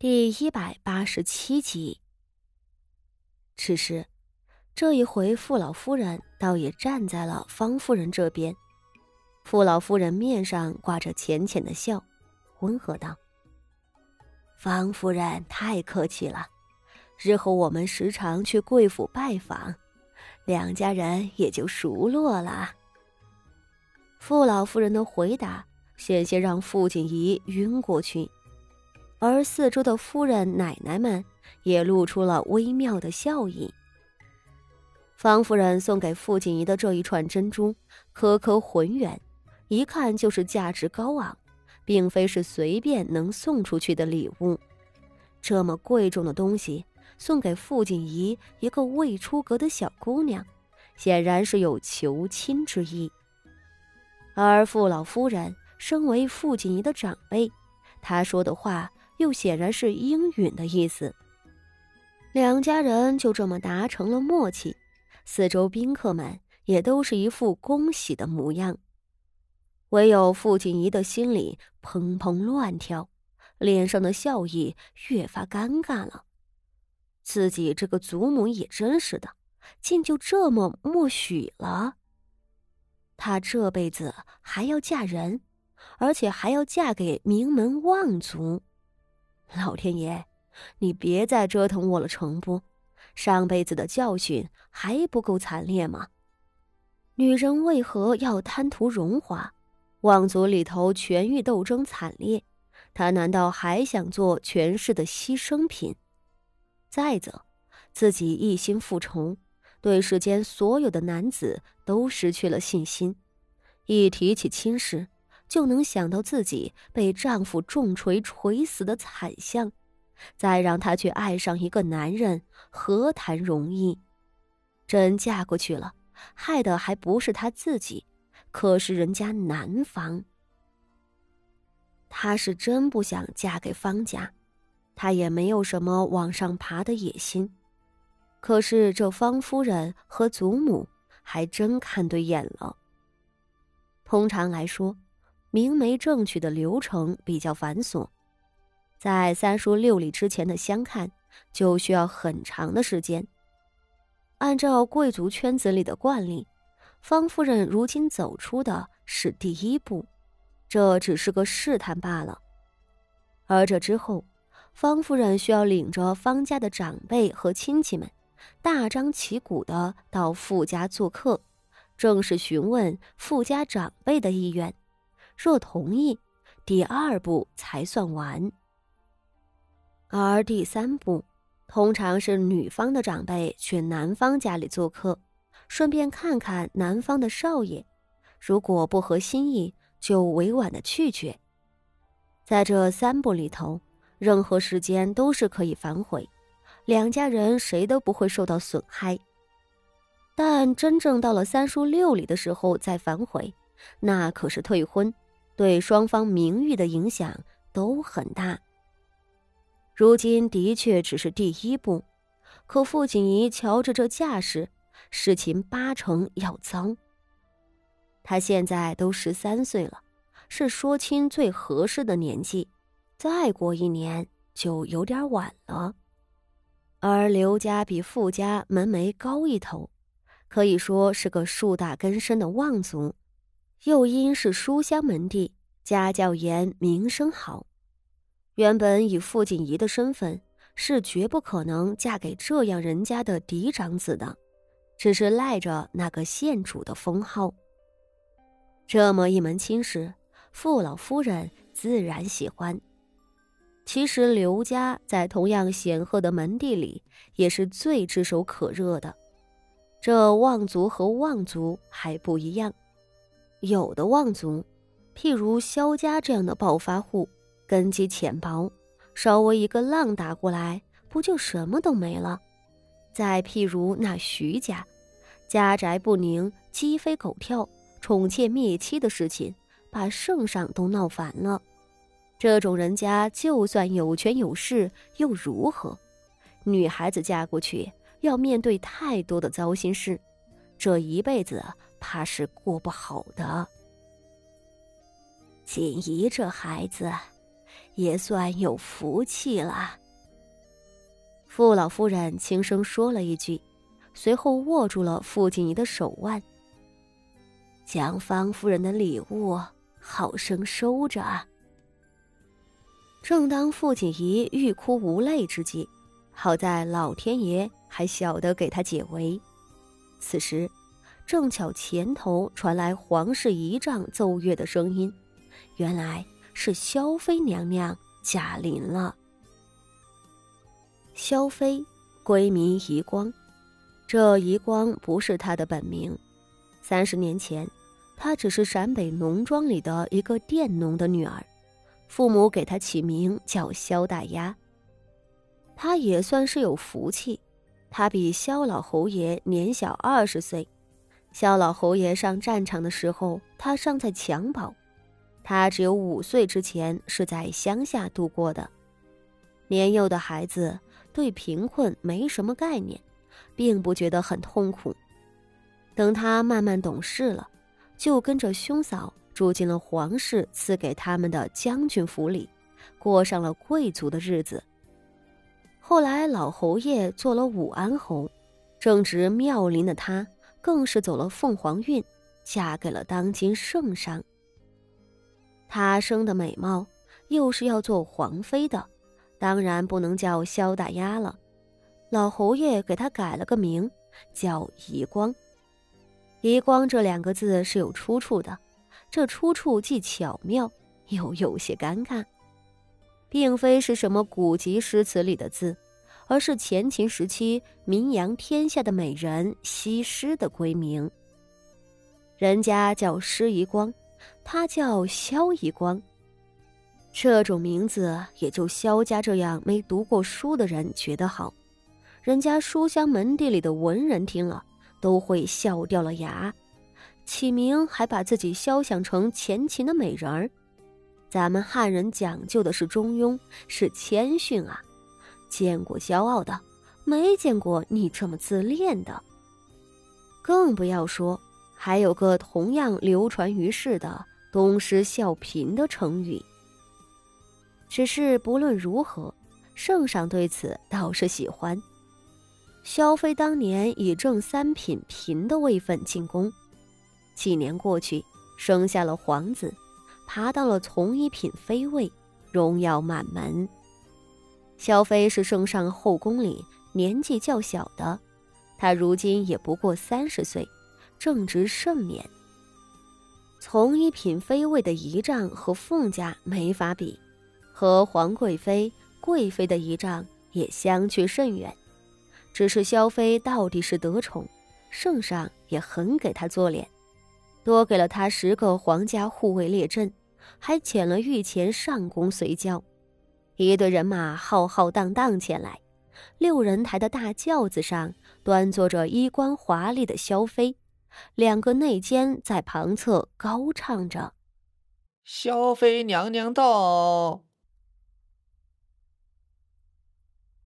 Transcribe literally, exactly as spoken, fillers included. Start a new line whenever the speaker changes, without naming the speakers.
第一百八十七集。此时，这一回傅老夫人倒也站在了方夫人这边。傅老夫人面上挂着浅浅的笑，温和道：“方夫人太客气了，日后我们时常去贵府拜访，两家人也就熟络了。”傅老夫人的回答险些让傅锦仪晕过去，而四周的夫人奶奶们也露出了微妙的笑意。方夫人送给傅锦仪的这一串珍珠颗颗浑圆，一看就是价值高昂，并非是随便能送出去的礼物。这么贵重的东西送给傅锦仪一个未出阁的小姑娘，显然是有求亲之意。而傅老夫人身为傅锦仪的长辈，她说的话又显然是应允的意思。两家人就这么达成了默契，四周宾客们也都是一副恭喜的模样。唯有傅锦仪的心里砰砰乱跳，脸上的笑意越发尴尬了。自己这个祖母也真是的，竟就这么默许了。她这辈子还要嫁人，而且还要嫁给名门望族。老天爷，你别再折腾我了成不？上辈子的教训还不够惨烈吗？女人为何要贪图荣华？望族里头权欲斗争惨烈，她难道还想做权势的牺牲品？再则，自己一心复仇，对世间所有的男子都失去了信心，一提起亲事，就能想到自己被丈夫重锤锤死的惨象，再让她去爱上一个男人，何谈容易？真嫁过去了，害的还不是她自己，可是人家男方。她是真不想嫁给方家，她也没有什么往上爬的野心。可是这方夫人和祖母还真看对眼了。通常来说，明媒正娶的流程比较繁琐，在三书六礼之前的相看就需要很长的时间。按照贵族圈子里的惯例，方夫人如今走出的是第一步，这只是个试探罢了。而这之后，方夫人需要领着方家的长辈和亲戚们大张旗鼓地到傅家做客，正式询问傅家长辈的意愿，若同意，第二步才算完。而第三步通常是女方的长辈去男方家里做客，顺便看看男方的少爷，如果不合心意，就委婉的拒绝。在这三步里头，任何时间都是可以反悔，两家人谁都不会受到损害。但真正到了三书六礼的时候再反悔，那可是退婚，对双方名誉的影响都很大。如今的确只是第一步，可傅锦仪瞧着这架势，事情八成要糟。她现在都十三岁了，是说亲最合适的年纪，再过一年就有点晚了。而刘家比傅家门楣高一头，可以说是个树大根深的望族，又因是书香门第，家教严，名声好。原本以傅锦仪的身份，是绝不可能嫁给这样人家的嫡长子的，只是赖着那个县主的封号。这么一门亲事，傅老夫人自然喜欢。其实刘家在同样显赫的门第里，也是最炙手可热的。这望族和望族还不一样，有的望族，譬如萧家这样的暴发户，根基浅薄，稍微一个浪打过来，不就什么都没了？再譬如那徐家，家宅不宁，鸡飞狗跳，宠妾灭妻的事情，把圣上都闹烦了。这种人家就算有权有势又如何？女孩子嫁过去要面对太多的糟心事，这一辈子怕是过不好的。锦仪这孩子也算有福气了。傅老夫人轻声说了一句，随后握住了傅锦仪的手腕，将方夫人的礼物好生收着啊。正当傅锦仪欲哭无泪之际，好在老天爷还晓得给她解围。此时正巧前头传来皇室仪仗奏乐的声音，原来是萧妃娘娘驾临了。萧妃闺名宜光，这宜光不是她的本名。三十年前，她只是陕北农庄里的一个佃农的女儿，父母给她起名叫萧大丫。她也算是有福气，她比萧老侯爷年小二十岁。萧老侯爷上战场的时候，她尚在襁褓，她只有五岁之前是在乡下度过的。年幼的孩子对贫困没什么概念，并不觉得很痛苦。等他慢慢懂事了，就跟着兄嫂住进了皇室赐给他们的将军府里，过上了贵族的日子。后来老侯爷做了武安侯，正值妙龄的他更是走了凤凰运，嫁给了当今圣上。她生的美貌，又是要做皇妃的，当然不能叫萧大丫了。老侯爷给她改了个名，叫宜光。宜光这两个字是有出处的，这出处既巧妙又有些尴尬，并非是什么古籍诗词里的字，而是前秦时期名扬天下的美人西施的闺名。人家叫施宜光，她叫萧宜光。这种名字也就萧家这样没读过书的人觉得好，人家书香门第里的文人听了都会笑掉了牙，起名还把自己肖想成前秦的美人儿。咱们汉人讲究的是中庸，是谦逊啊，见过骄傲的，没见过你这么自恋的。更不要说还有个同样流传于世的东施效颦的成语。只是不论如何，圣上对此倒是喜欢。萧妃当年以正三品嫔的位分进宫，几年过去，生下了皇子，爬到了从一品妃位，荣耀满门。萧妃是圣上后宫里年纪较小的，她如今也不过三十岁，正值盛年。从一品妃位的仪仗和凤家没法比，和皇贵妃、贵妃的仪仗也相去甚远。只是萧妃到底是得宠，圣上也很给她做脸，多给了她十个皇家护卫列阵，还遣了御前上宫随轿，一队人马浩浩荡荡前来。六人抬的大轿子上端坐着衣冠华丽的萧妃，两个内监在旁侧高唱着：
萧妃娘娘到。